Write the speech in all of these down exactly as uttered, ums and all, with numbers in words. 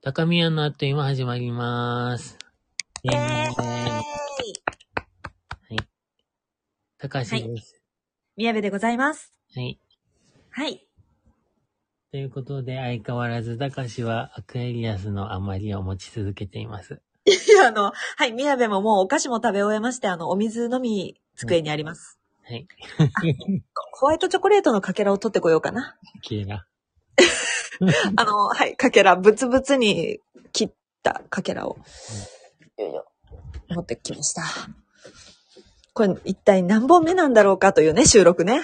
高宮のあっという間始まります。えー、 えー、 はい。高橋です。 宮部でございます。 はい。 はい。 ということで、相変わらず高橋はアクエリアスの余りを持ち続けています。 いや、あの、はい、宮部ももうお菓子も食べ終えまして、あの、お水のみ机にあります。 はい。 ホワイトチョコレートのかけらを取ってこようかな。 きれいな。 あの、はい、かけら、ブツブツに切ったかけらを、よいよ、持ってきました。これ一体何本目なんだろうかというね、収録ね。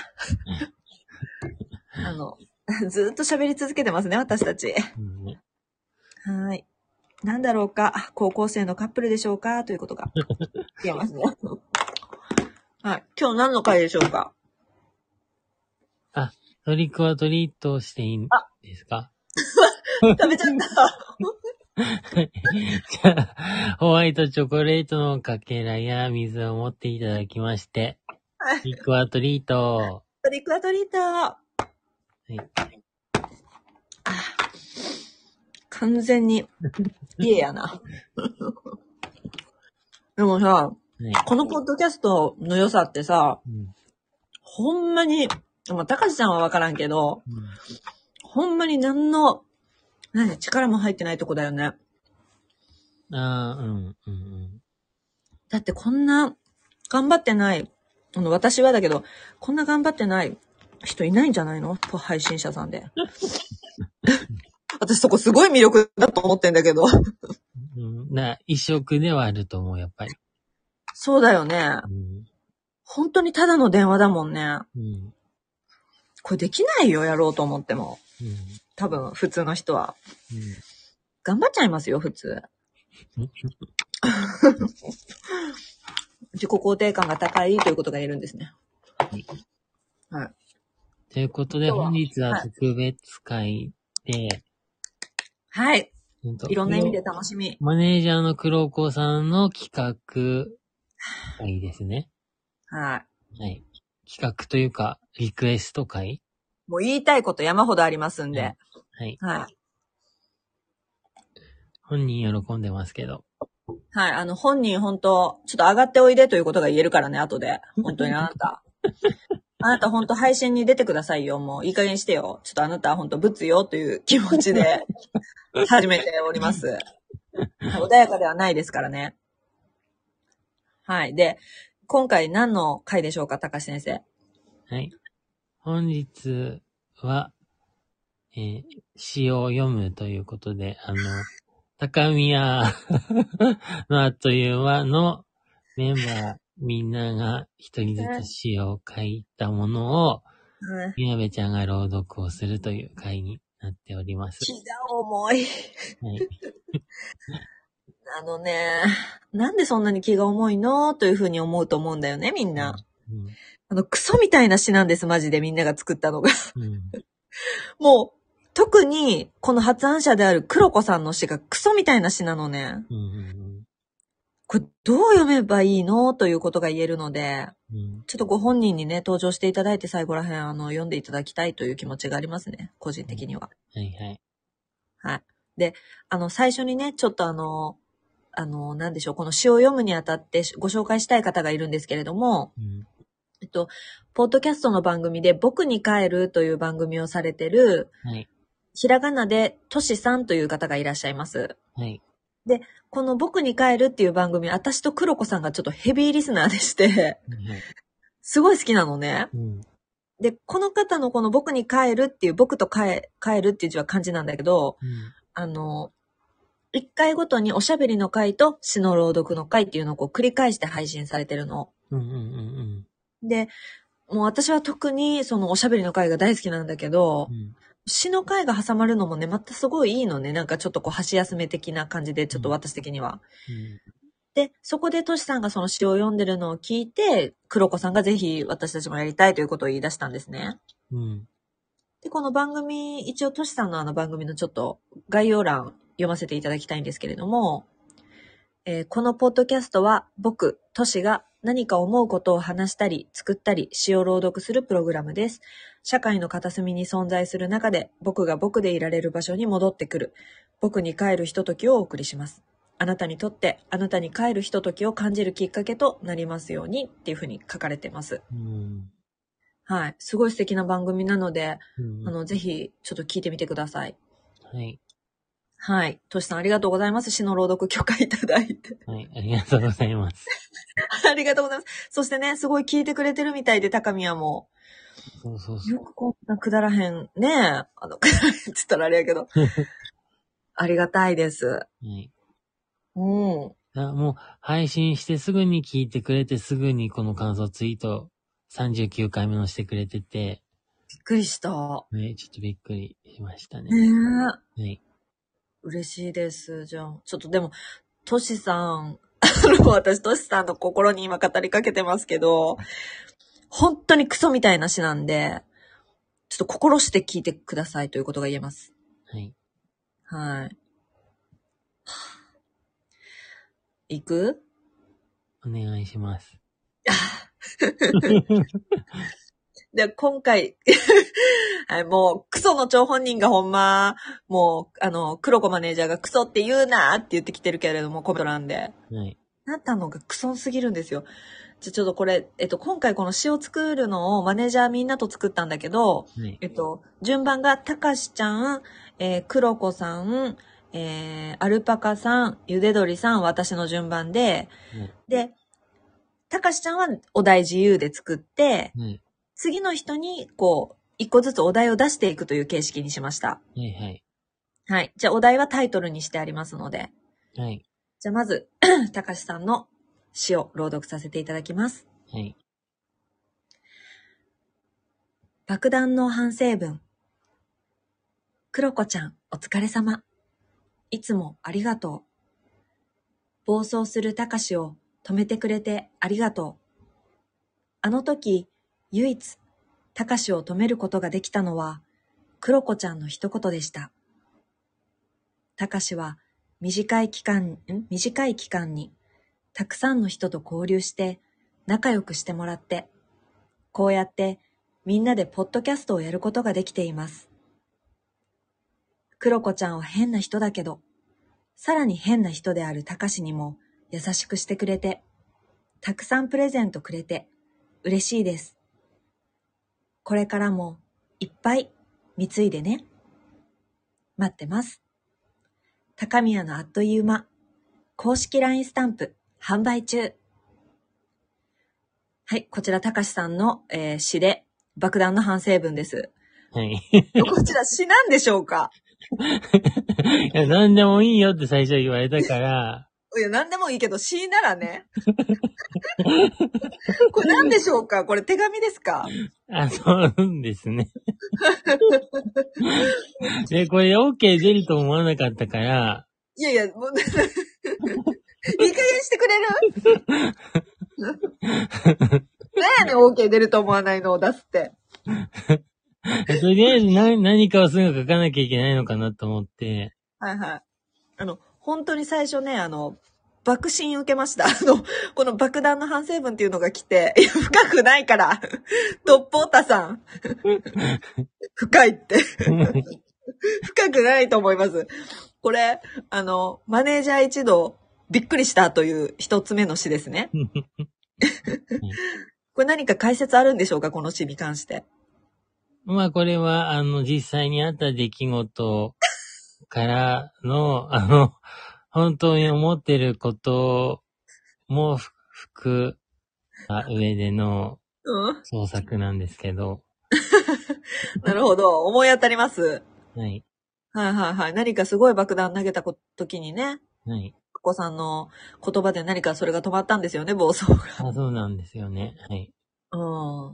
あの、ずっと喋り続けてますね、私たち。うん、はい。なんだろうか、高校生のカップルでしょうかということが言えますね。はい。今日何の回でしょうか？ あ、トリックはトリートしていいんですか？ 食べちゃった。 じゃあ、ホワイトチョコレートのかけらや水を持っていただきまして、トリックはトリート。 トリックはトリート。はい。あ、完全に家やな。でもさ、はい、このポッドキャストの良さってさ、うん、ほんまに、まあ、高橋さんはわからんけど、うん、ほんまに何の、何、力も入ってないとこだよね。 ああ、うん、うん、うん。 だってこんな頑張ってない、あの、私はだけど、こんな頑張ってない人いないんじゃないの？配信者さんで。私そこすごい魅力だと思ってんだけど。 うん、な、異色ではあると思う、やっぱり。 そうだよね。うん、本当にただの電話だもんね。うん、これできないよ、やろうと思っても。うん、多分、普通の人は。うん、頑張っちゃいますよ、普通。自己肯定感が高いということが言えるんですね。はい。 はい、ということで、本日は特別会で、 はい。いろんな意味で楽しみ。 マネージャーの黒子さんの企画会ですね。 はい。 はい。企画というか、リクエスト会？ もう言いたいこと山ほどありますんで。はい。 はい。 はい、 本人喜んでますけど。 はい。あの、本人本当ちょっと上がっておいでということが言えるからね、後で。本当にあなた。あなた本当配信に出てくださいよ。もういい加減してよ。ちょっとあなた本当ブツよという気持ちで始めております。穏やかではないですからね。はい。で、今回何の回でしょうか、高橋先生。 はい。本日は、えー、詩を読むということで、あの、高宮のあっという間のメンバーみんなが一人ずつ詩を書いたものを、宮部ちゃんが朗読をするという回になっております。 気が重い。はい。あのね、なんでそんなに気が重いのというふうに思うと思うんだよね、みんな。うんうん、あの、クソみたいな詩なんです、マジでみんなが作ったのが。うん、もう、特に、この発案者である黒子さんの詩がクソみたいな詩なのね。うんうん、これ、どう読めばいいのということが言えるので、うん、ちょっとご本人にね、登場していただいて最後らへん、あの、読んでいただきたいという気持ちがありますね、個人的には。 うん、はいはい。 はい。で、あの、最初にね、ちょっとあの、あの、なんでしょう、この詩を読むにあたってご紹介したい方がいるんですけれども、うん、えっと、ポッドキャストの番組で僕に帰るという番組をされてる、はい、ひらがなでとしさんという方がいらっしゃいます。はい。で、この僕に帰るっていう番組、私と黒子さんがちょっとヘビーリスナーでして、はい、すごい好きなのね。うん、で、この方のこの僕に帰るっていう、僕と帰帰るっていう字は漢字なんだけど、うん、あの、一回ごとにおしゃべりの回と詩の朗読の回っていうのをこう繰り返して配信されてるの。うんうんうんうん、で、もう私は特にそのおしゃべりの回が大好きなんだけど、うん、詩の回が挟まるのもね、またすごいいいのね。なんかちょっとこう箸休め的な感じで、ちょっと私的には。うんうん、で、そこでトシさんがその詩を読んでるのを聞いて、黒子さんがぜひ私たちもやりたいということを言い出したんですね。うん、で、この番組、一応トシさんのあの番組のちょっと概要欄読ませていただきたいんですけれども、えー、このポッドキャストは僕、トシが何か思うことを話したり、作ったり、詩を朗読するプログラムです。社会の片隅に存在する中で、僕が僕でいられる場所に戻ってくる。 僕に帰るひとときをお送りします。あなたにとってあなたに帰るひとときを感じるきっかけとなりますようにっていうふうに書かれてます。 うん、 はい。すごい素敵な番組なので、 うん、 あの、ぜひちょっと聞いてみてください。 はい。 はい。としさんありがとうございます。詩の朗読許可いただいて。 はい。ありがとうございます。 ありがとうございます。そしてね、すごい聞いてくれてるみたいで、高宮も。 そうそうそう。 よくこんなくだらへん、ねえ。あの、くだらへんって言ったらあれやけど。ありがたいです。 はい。 うん。 あ、もう配信してすぐに聞いてくれてすぐにこの感想ツイートさんじゅうきゅうかいめのしてくれてて。 びっくりした。 ね、ちょっとびっくりしましたね。 ねえ。はい。 嬉しいです。じゃあ、ちょっとでも、トシさん、私トシさんの心に今語りかけてますけど、本当にクソみたいな詩なんで、ちょっと心して聞いてくださいということが言えます。 はい。 はい。行く？ お願いします。 で、今回、はい、もう、クソの張本人がほんま、もう、あの、黒子マネージャーがクソって言うなって言ってきてるけれども、コメント欄で。 はい。 あなたのがクソすぎるんですよ。じゃ、ちょっとこれ、えっと、今回この詩を作るのをマネージャーみんなと作ったんだけど、 はい。 えっと、順番が、たかしちゃん、えー、黒子さん、えー、アルパカさん、ゆでどりさん、私の順番で、 はい。 で、たかしちゃんはお題自由で作って、 はい。 次の人に、こう、一個ずつお題を出していくという形式にしました。 はい。はい。 はい。じゃあ、お題はタイトルにしてありますので。 はい。 じゃあ、まず、たかしさんの詩を朗読させていただきます。 はい。 爆弾の反省文。黒子ちゃん、お疲れ様。いつもありがとう。暴走するたかしを止めてくれてありがとう。あの時、唯一、たかしを止めることができたのは、黒子ちゃんの一言でした。たかしは短い期間、ん短い期間に、たくさんの人と交流して、仲良くしてもらって、こうやってみんなでポッドキャストをやることができています。黒子ちゃんは変な人だけど、さらに変な人であるたかしにも優しくしてくれて、たくさんプレゼントくれて、嬉しいです。これからもいっぱい貢いでね。待ってます。高宮のあっという間、公式 ライン スタンプ販売中。はい、こちらたかしさんの、えー詩で爆弾の反省文です。 はい。 こちら詩なんでしょうか？ いや、なんでもいいよって最初言われたから。 いや、なんでもいいけど詩ならね。これなんでしょうか？これ手紙ですか？ あ、そうですね。で、これ OK 出ると思わなかったから。 いやいや、もう、いい加減してくれる？何やねん OK 出ると思わないのを出すって。 とりあえず何、何かをすぐ書かなきゃいけないのかなと思って。 はいはい。あの、本当に最初ね、あの、爆心受けました。あの、この爆弾の反省文っていうのが来て、いや、深くないから。トッポータさん。深いって。深くないと思います。これ、あの、マネージャー一同、びっくりしたという一つ目の詩ですね。これ何か解説あるんでしょうか、この詩に関して。 まあこれは、あの、実際にあった出来事からの、あの、本当に思ってることも含ん上での創作なんですけど。 うん、なるほど。思い当たります。 はい。 はいはいはい。何かすごい爆弾投げた時にね。 はい。 お子さんの言葉で何かそれが止まったんですよね、暴走が。 あ、そうなんですよね。はい。 うん。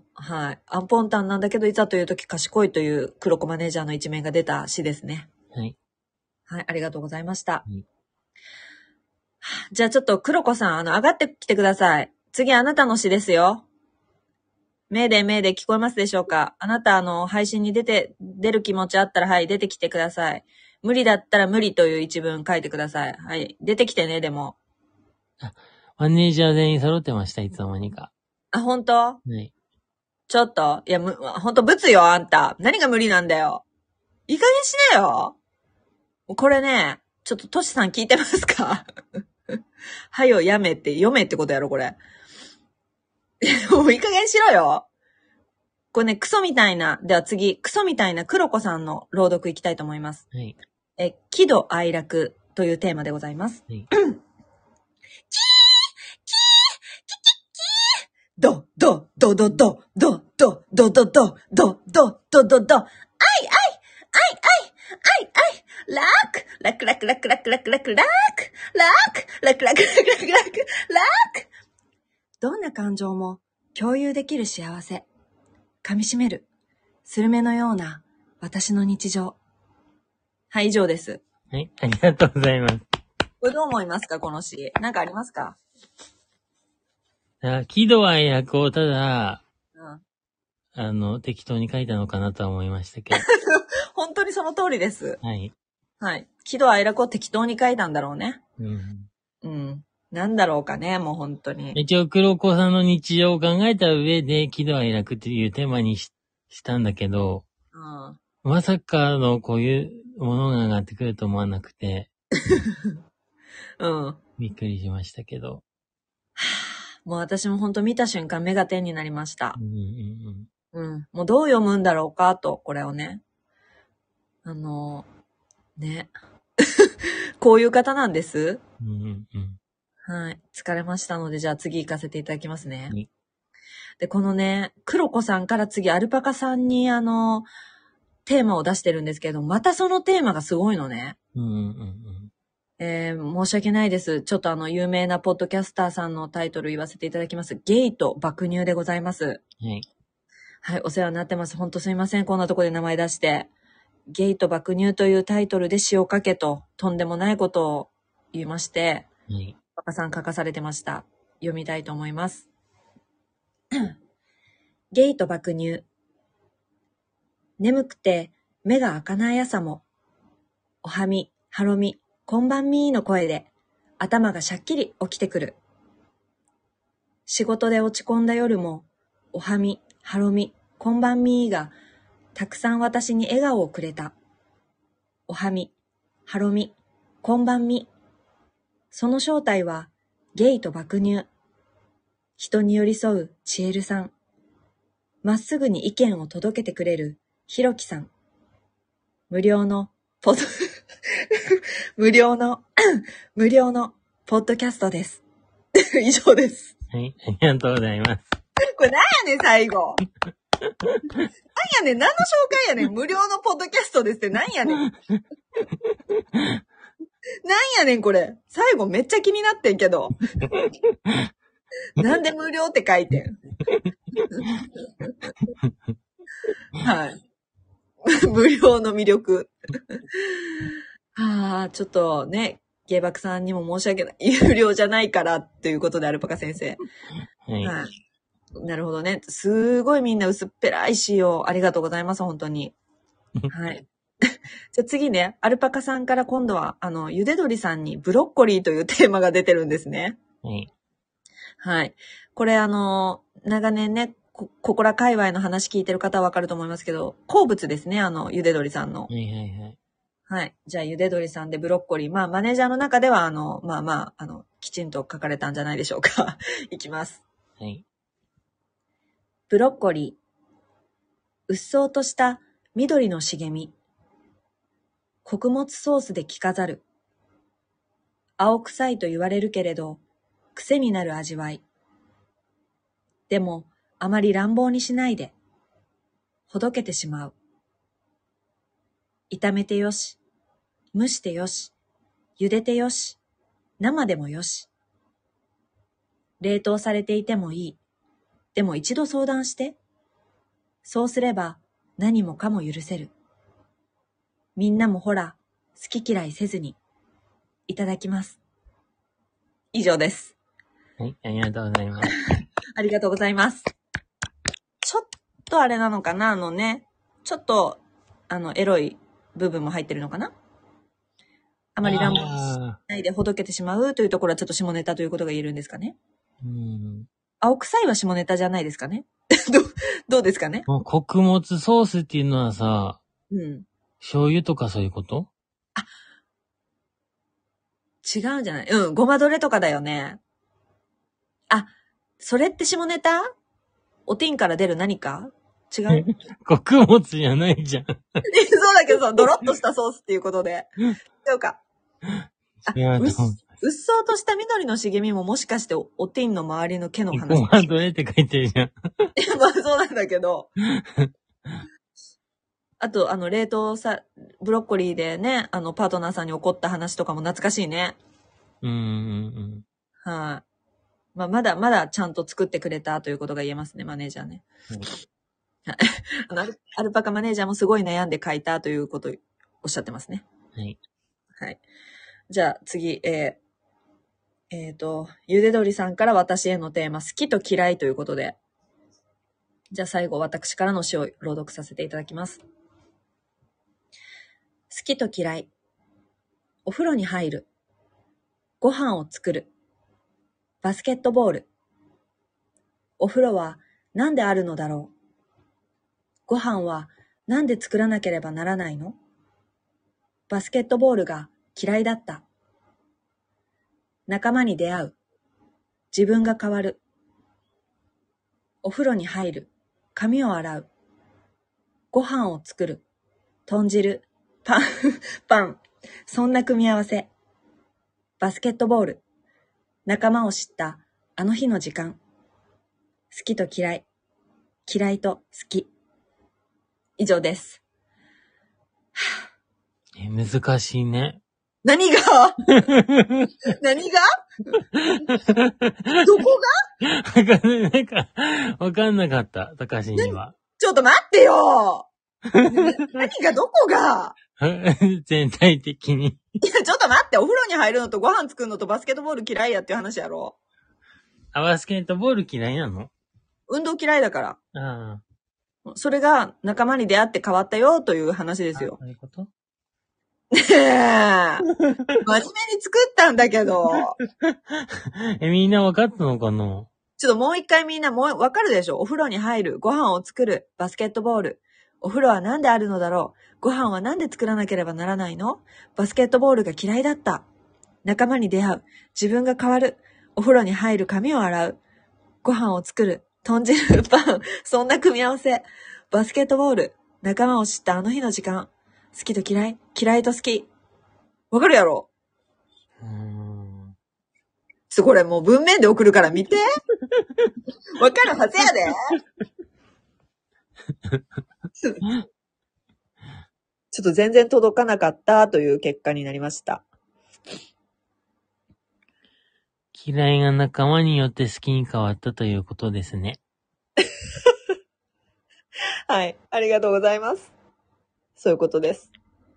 はい。アンポンタンなんだけど、いざという時賢いという黒子マネージャーの一面が出た詩ですね。 はい。 はい、ありがとうございました。 はい、 じゃあちょっと黒子さん、あの、上がってきてください。次あなたの詩ですよ。メーデーメーデー聞こえますでしょうか？あなた、あの、配信に出て、出る気持ちあったら、はい、出てきてください。無理だったら無理という一文書いてください。はい。出てきてね、でも。 あ、マネージャー全員揃ってました、いつの間にか。 あ、本当？ はい。 ちょっと、いや、む、ほんと、ブツよ、あんた。何が無理なんだよ。いい加減しなよ。これね、 ちょっとトシさん聞いてますか？はよやめって読めってことやろこれ。もういい加減しろよ。これね、クソみたいな、では次、クソみたいな黒子さんの朗読いきたいと思います。 はい。 え、喜怒哀楽というテーマでございます。はい。キーキーキーキキキードドドドドドドドドドドドドドドあいあいあいあいあいあい楽楽楽楽楽楽楽楽楽楽楽楽楽楽楽楽どんな感情も共有できる幸せ。噛み締める。スルメのような私の日常。はい、以上です。 はい、ありがとうございます。 これどう思いますかこの詩。なんかありますか？ あ、喜怒哀楽をただ、 うん、 あの、適当に書いたのかなとは思いましたけど。 本当にその通りです。 はい。 はい。喜怒哀楽を適当に書いたんだろうね。 うん。 うん。なんだろうかね、もう本当に。 一応、黒子さんの日常を考えた上で、喜怒哀楽っていうテーマに し, したんだけど、うん、まさかのこういうものが上がってくると思わなくて、うん。びっくりしましたけど。 もう私も本当見た瞬間目が点になりました。 うんうんうん。うん。もうどう読むんだろうかと、これをね。あの、ね。こういう方なんです。 うんうんうん。 はい。疲れましたので、じゃあ次行かせていただきますね。で、このね、黒子さんから次アルパカさんにあの、テーマを出してるんですけど、またそのテーマがすごいのね。 うんうんうん。 えー、申し訳ないです。ちょっとあの、有名なポッドキャスターさんのタイトル言わせていただきます。ゲイと爆乳でございます。はい。はい、お世話になってます。ほんとすいません。こんなとこで名前出して。ゲイと爆乳というタイトルで詩を書けと、とんでもないことを言いまして、はい。バカさん書かされてました。読みたいと思います。ゲイと爆乳。眠くて目が開かない朝も、おはみ、はろみ、こんばんみーの声で頭がしゃっきり起きてくる。仕事で落ち込んだ夜も、おはみ、はろみ、こんばんみーがたくさん私に笑顔をくれた。おはみ、はろみ、こんばんみ。その正体はゲイと爆乳。人に寄り添うチエルさん。まっすぐに意見を届けてくれるひろきさん。無料のポッド、無料の、無料のポッドキャストです。以上です。 はい、ありがとうございます。 これ何やねん、最後。何やねん、何の紹介やねん、無料のポッドキャストですって何やねん。何やねん、これ。最後めっちゃ気になってんけど。なんで無料って書いてん。はい。無料の魅力。はあ、ちょっとね、ゲイバクさんにも申し訳ない。有料じゃないからっていうことで、アルパカ先生。はい。はい、なるほどね。すごいみんな薄っぺらい詩をありがとうございます、本当に。はい。じゃあ次ね、アルパカさんから今度は、あの、ゆでどりさんにブロッコリーというテーマが出てるんですね。はい。はい。これあの、長年ね、こ、ここら界隈の話聞いてる方はわかると思いますけど、好物ですね、あの、ゆでどりさんの。はいはいはい。はい。じゃあ、ゆでどりさんでブロッコリー。まあ、マネージャーの中では、あの、まあまあ、あの、きちんと書かれたんじゃないでしょうか。いきます。はい。ブロッコリー。うっそうとした緑の茂み。穀物ソースで着飾る。青臭いと言われるけれど、癖になる味わい。でも、あまり乱暴にしないで。ほどけてしまう。炒めてよし。蒸してよし。茹でてよし。生でもよし。冷凍されていてもいい。でも一度相談して。そうすれば何もかも許せる。みんなもほら、好き嫌いせずに。いただきます。以上です。 はい、ありがとうございます。 ありがとうございます。ちょっとあれなのかなあのね、ちょっと、あの、エロい部分も入ってるのかなあまり乱暴しないでほどけてしまうというところはちょっと下ネタということが言えるんですかね。うん。青臭いは下ネタじゃないですかね。ど, どうですかね。 もう穀物ソースっていうのはさ、 うん。 醤油とかそういうこと？あ、 違うんじゃない？うん、ごまどれとかだよね。あ、それって下ネタ？おティンから出る何か？違う？ 穀物じゃないじゃん。 そうだけど、ドロッとしたソースっていうことで。違うか。あ、 いや、 うっ、うっそうとした緑の茂みももしかしてお、おティンの周りの毛の話。 ごまどれって書いてるじゃん。 まあそうなんだけど。あと、あの、冷凍さ、ブロッコリーでね、あの、パートナーさんに怒った話とかも懐かしいね。 うんうんうん。 はい、まあ、まだまだちゃんと作ってくれたということが言えますね、マネージャーね。 はい、 あのアル、アルパカマネージャーもすごい悩んで書いたということをおっしゃってますね。 はい。 はい。じゃあ次、えー、えっ、ー、と、ゆでどりさんから私へのテーマ、好きと嫌いということで。じゃあ最後、私からの詩を朗読させていただきます。好きと嫌い。お風呂に入る。ご飯を作る。バスケットボール。お風呂はなんであるのだろう。ご飯はなんで作らなければならないの？バスケットボールが嫌いだった。仲間に出会う。自分が変わる。お風呂に入る。髪を洗う。ご飯を作る。豚汁。パン。パン。そんな組み合わせ。バスケットボール。仲間を知ったあの日の時間。好きと嫌い。嫌いと好き。以上です。 え、難しいね。 何が何がどこがわかんない、なんか、わかんなかった、高橋には。 ちょっと待ってよ何がどこが全体的に。 いや、ちょっと待って、お風呂に入るのとご飯作るのとバスケットボール嫌いやっていう話やろ。 あ、バスケットボール嫌いなの？ 運動嫌いだから。 ああ。それが仲間に出会って変わったよという話ですよ。 そういうこと？ ねえ。真面目に作ったんだけど。 え、みんなわかったのかな？ ちょっともう一回みんなもうわかるでしょ？お風呂に入る、ご飯を作る、バスケットボール。お風呂はなんであるのだろう？ご飯はなんで作らなければならないの？バスケットボールが嫌いだった。仲間に出会う。自分が変わる。お風呂に入る、髪を洗う。ご飯を作る。豚汁、パン。そんな組み合わせ。バスケットボール。仲間を知ったあの日の時間。好きと嫌い。嫌いと好き。わかるやろ？ うーん。 ちょ、これもう文面で送るから見て。わかるはずやで。ちょっと全然届かなかったという結果になりました。 嫌いが仲間によって好きに変わったということですね。 はい。ありがとうございます。そういうことです。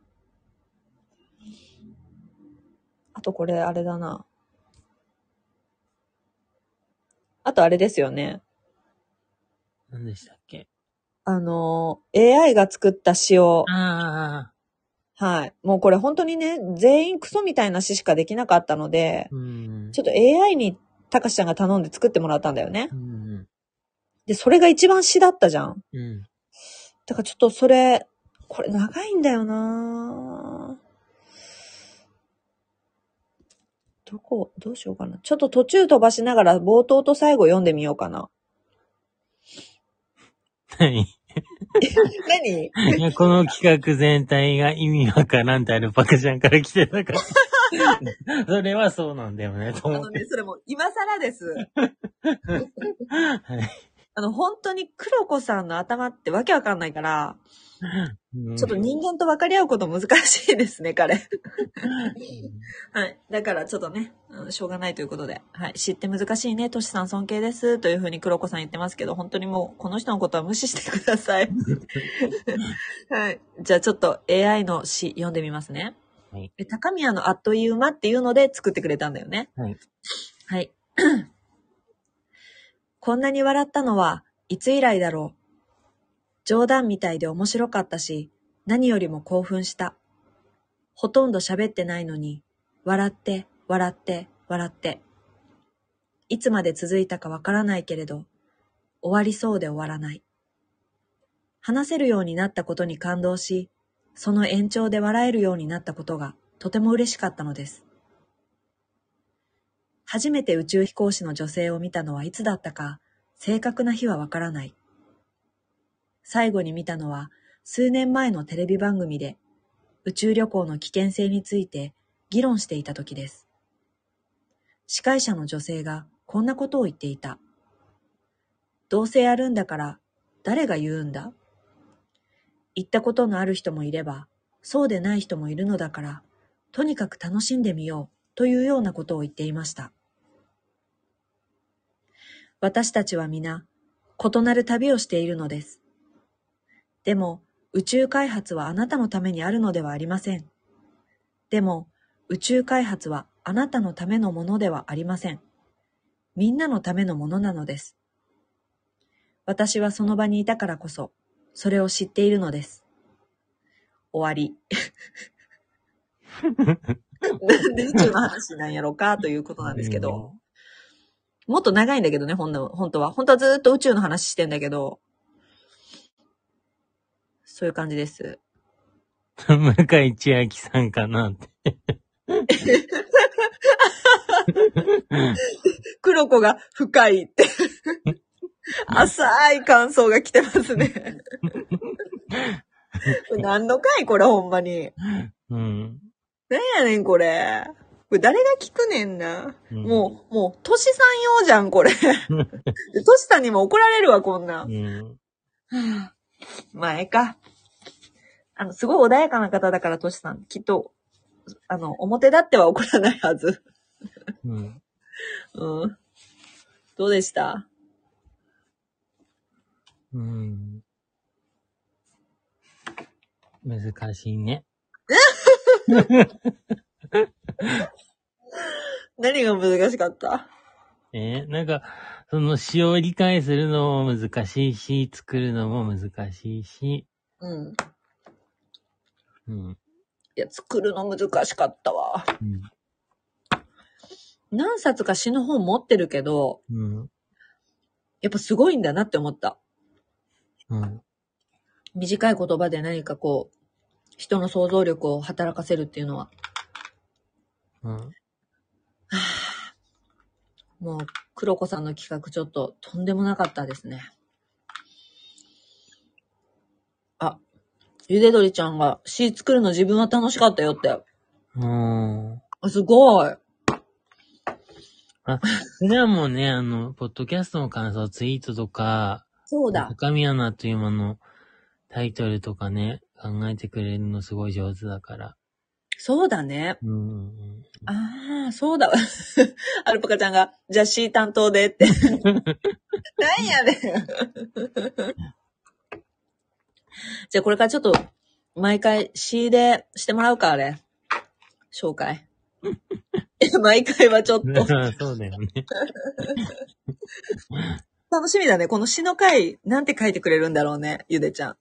あとこれ、あれだな。あとあれですよね。 何でしたっけ？ あの、エーアイ が作った詩を、 ああ。 はい。もうこれ本当にね、全員クソみたいな詩しかできなかったので、 うん。 ちょっと エーアイ にたかしちゃんが頼んで作ってもらったんだよね。 うん。 で、それが一番詩だったじゃん。 うん。 だからちょっとそれ、これ長いんだよなどこ、どうしようかな。ちょっと途中飛ばしながら冒頭と最後読んでみようかな。 何？ 何いや、この企画全体が意味わからんってアルパカちゃんから来てたから。それはそうなんだよね、と思って。 あのね、それも今更です。 はい。 あの、本当に黒子さんの頭ってわけわかんないから、 うん、 ちょっと人間と分かり合うこと難しいですね、彼。はい。だからちょっとね、うん、しょうがないということで。はい。知って難しいね、トシさん尊敬です。というふうに黒子さん言ってますけど、本当にもう、この人のことは無視してください。はい。じゃあちょっと エーアイ の詩読んでみますね。 はい。 高宮のあっという間っていうので作ってくれたんだよね。 はい。 はい。こんなに笑ったのはいつ以来だろう。冗談みたいで面白かったし、何よりも興奮した。ほとんど喋ってないのに、笑って、笑って、笑って。いつまで続いたかわからないけれど、終わりそうで終わらない。話せるようになったことに感動し、その延長で笑えるようになったことがとても嬉しかったのです。 初めて宇宙飛行士の女性を見たのはいつだったか、正確な日はわからない。最後に見たのは、数年前のテレビ番組で、宇宙旅行の危険性について議論していた時です。司会者の女性がこんなことを言っていた。どうせやるんだから誰が言うんだ？行ったことのある人もいれば、そうでない人もいるのだから、とにかく楽しんでみようというようなことを言っていました。私たちは皆、異なる旅をしているのです。でも、宇宙開発はあなたのためにあるのではありません。でも、宇宙開発はあなたのためのものではありません。みんなのためのものなのです。私はその場にいたからこそ、それを知っているのです。終わり。なんで宇宙の話なんやろかということなんですけど、もっと長いんだけどね、ほんの本当は。本当はずっと宇宙の話してんだけど、そういう感じです。 向井千秋さんかなって。 黒子が深いって。浅い感想が来てますね。何の回これほんまに。 うん。 何やねんこれ。これ誰が聞くねんな。うん、もう、もう、トシさん用じゃんこれ。トシさんにも怒られるわこんな。うん、まあええか。あの、すごい穏やかな方だからトシさん。きっと、あの、表立っては怒らないはず。うん。うん。どうでした？ うん。難しいね。 何が難しかった？ えー、なんか、その詩を理解するのも難しいし、作るのも難しいし。うん。 うん。いや、作るの難しかったわ。うん。何冊か詩の本持ってるけど、うん。やっぱすごいんだなって思った。うん。短い言葉で何かこう、人の想像力を働かせるっていうのは。うん。はぁ、もう、黒子さんの企画ちょっととんでもなかったですね。あ、ゆでどりちゃんが詩作るの自分は楽しかったよって。うん。あ、すごい。 あ、それはもうね、あの、ポッドキャストの感想ツイートとか、 そうだ。 高宮のあっという間のタイトルとかね、考えてくれるのすごい上手だから。 そうだね。うんうん、ああ、そうだわ。アルパカちゃんが、じゃあ C 担当でって。なんやねん。じゃあこれからちょっと、毎回 C でしてもらうか、あれ。紹介。毎回はちょっと。 そうだよね。 楽しみだね。この詩の回、なんて書いてくれるんだろうね、ゆでちゃん。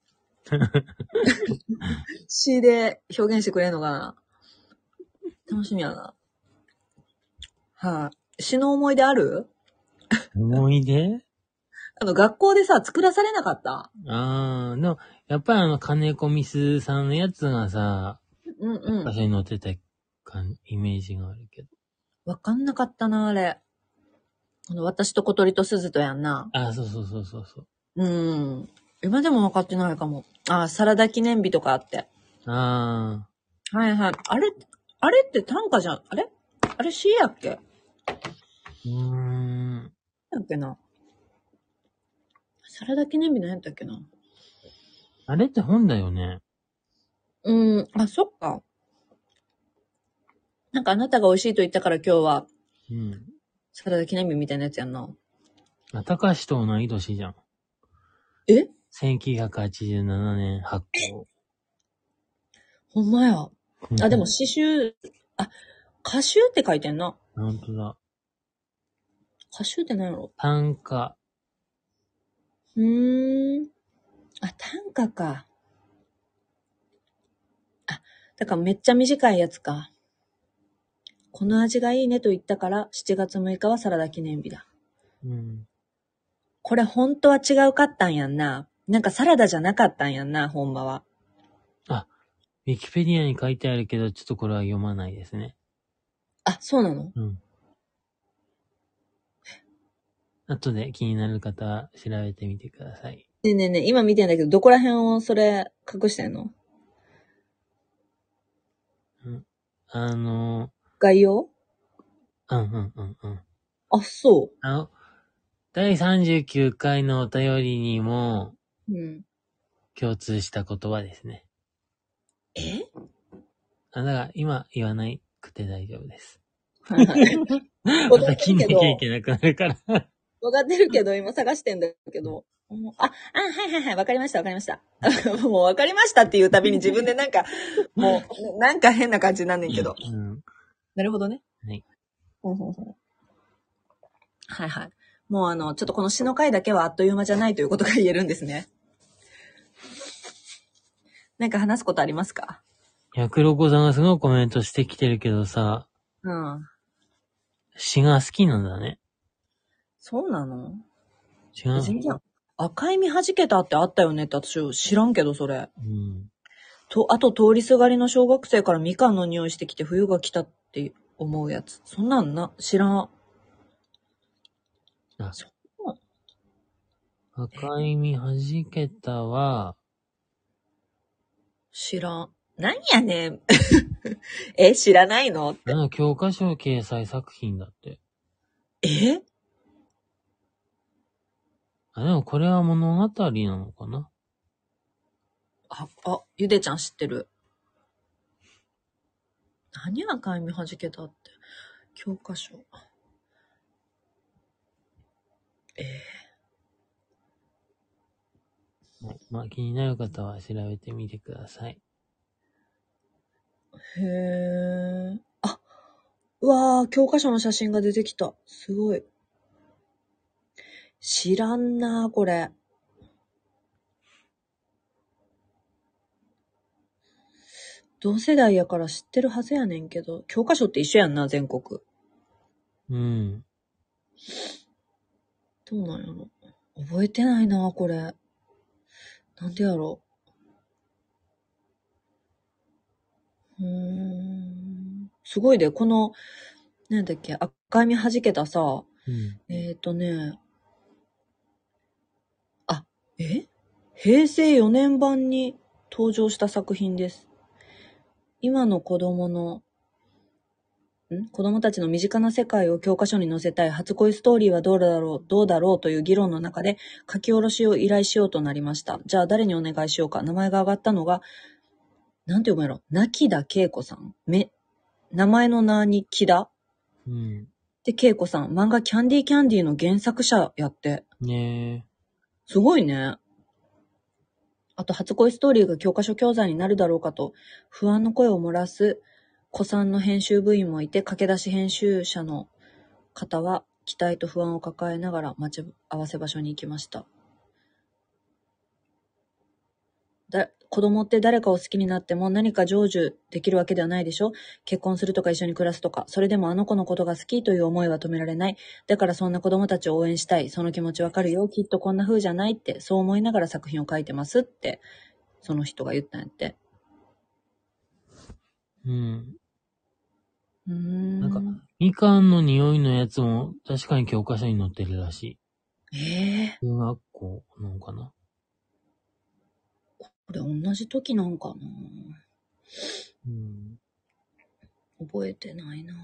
詩で表現してくれるのかな。楽しみやな。はい、詩の思い出ある？ 思い出？ あの、学校でさ、作らされなかった？ ああ、でも、やっぱりあの、金子みすさんのやつがさ、うんうん。場所に載ってた感イメージがあるけど。 わかんなかったな、あれ。あの、私と小鳥と鈴とやんな。 ああ、そうそうそうそうそう。 うん。今でも分かってないかも。ああ、サラダ記念日とかあって。 ああ。はいはい。あれ、あれって短歌じゃん。あれあれ詩やっけ？うーん。なんだっけな。サラダ記念日何やったっけな。 あれって本だよね。 うーん。あ、そっか。なんかあなたが美味しいと言ったから今日は、うん。サラダ記念日みたいなやつやんな。 あ、高橋と同い年じゃん。 え ? せんきゅうひゃくはちじゅうななねん発行。 ほんまや。あ、でも詩集、あ、歌集って書いてんな。 ほんとだ。 歌集って何やろ？ 短歌。 うーん。あ、短歌か。あ、だからめっちゃ短いやつか。この味がいいねと言ったからしちがつむいかはサラダ記念日だ。うん。これ本当は違うかったんやんな。なんかサラダじゃなかったんやんな、ほんまは。 あ、ウィキペディアに書いてあるけど、ちょっとこれは読まないですね。 あ、そうなの？ うん。 後で気になる方は調べてみてください。 ねえねえねえ、今見てんだけど、どこら辺をそれ隠してんの？ うん。あの、 概要？ うんうんうんうん。 あ、そあの、だいさんじゅうきゅうかいのお便りにもう。うん。 共通した言葉ですね。 え？ あ、だから今言わなくて大丈夫です。 はいはい。 まわかった聞んなてるけど、 きゃいけなくなるから。 わかってるけど、今探してんだけど。うんあ、あ、はいはいはい、わかりましたわかりました。もうわかりましたっていうたびに自分でなんか、もう、なんか変な感じになんねんけど。 うん。 なるほどね。 はい。 ほんほんほんはいはい。もうあの、ちょっとこの詩の回だけはあっという間じゃないということが言えるんですね。なんか話すことありますか？ 百六子さんがすごいコメントしてきてるけどさ、 うん。 詩が好きなんだね。 そうなの？ 違う。 全然、赤い実弾けたってあったよねって私知らんけど、それ。 うん。 と、あと通りすがりの小学生からみかんの匂いしてきて冬が来たって思うやつ。そんなんな、知らん。 あ、 そ赤い実弾けたは、 知らん。何やねん。え、知らないのって。 あの教科書掲載作品だって。 えあ、でもこれは物語なのかな？ あ、あ、ゆでちゃん知ってる。何赤い実弾けたって。教科書。えはい。まあ気になる方は調べてみてください。 ー、へー。あ、うわー、教科書の写真が出てきた。すごい。知らんなー、これ。同世代やから知ってるはずやねんけど、教科書って一緒やんな、全国。 うん。 どうなんやろ。覚えてないな、これ。なんでやろう。うーん。すごいで、この、なんだっけ、赤い実弾けたさ、 うん。 えっ、ー、とね、あ、え平成よねん版に登場した作品です。今の子供の、ん子供たちの身近な世界を教科書に載せたい初恋ストーリーはどうだろう、どうだろうという議論の中で書き下ろしを依頼しようとなりました。じゃあ誰にお願いしようか。名前が挙がったのが、なんて読むやろ。なきだけいこさん。め、名前の名に木田うん。 で、けいこさん。漫画キャンディーキャンディーの原作者やって。 ねすごいね。あと、初恋ストーリーが教科書教材になるだろうかと、不安の声を漏らす子さんの編集部員もいて、駆け出し編集者の方は、期待と不安を抱えながら待ち合わせ場所に行きました。だ子供って誰かを好きになっても何か成就できるわけではないでしょ。結婚するとか一緒に暮らすとか、それでもあの子のことが好きという思いは止められない。だからそんな子供たちを応援したい。その気持ちわかるよ。きっとこんな風じゃないって、そう思いながら作品を書いてますって、その人が言ったんやって。 え。うん。 うーなんか、 ん。 みかんの匂いのやつも確かに教科書に載ってるらしい。 ええ中学校なのかな？ これ同じ時なんかな。 うん。 覚えてないな。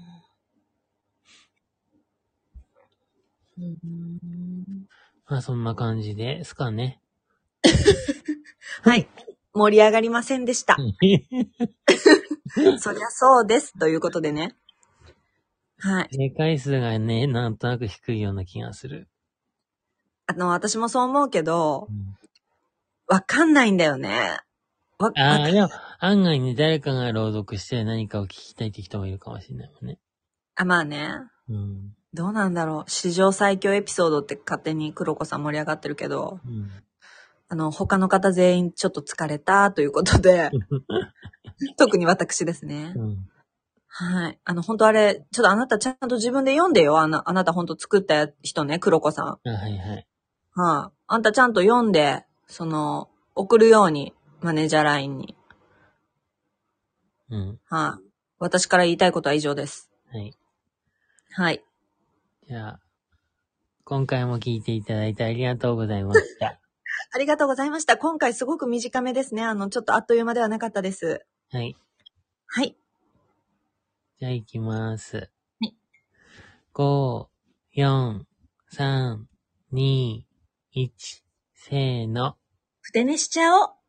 うーん。 まあそんな感じですかね。 はい。盛り上がりませんでした。そりゃそうです。ということでね。はい。 正解数がね、なんとなく低いような気がする。 あの、私もそう思うけどう、ん、 わかんないんだよね。わ、わああ、 かん、 でも、案外ね、誰かが朗読して何かを聞きたいって人もいるかもしれないもんね。 あ、まあね。 うん。 どうなんだろう。史上最強エピソードって勝手に黒子さん盛り上がってるけど、 うん。 あの、他の方全員ちょっと疲れたということで、特に私ですね。 うん。 はい。あの、本当あれ、ちょっとあなたちゃんと自分で読んでよ。あの、あなた本当作った人ね、黒子さん。 あ、はいはい。 はい。あんたちゃんと読んで、その、送るように、マネージャーラインに。 うん。 はい。私から言いたいことは以上です。 はい。 はい。 じゃあ、 今回も聞いていただいてありがとうございました。 ありがとうございました。今回すごく短めですね。あの、ちょっとあっという間ではなかったです。 はい。 はい。 じゃあ行きます。はい。 ご、 よん、さん、に、いち、せーの。 ふて寝しちゃおう。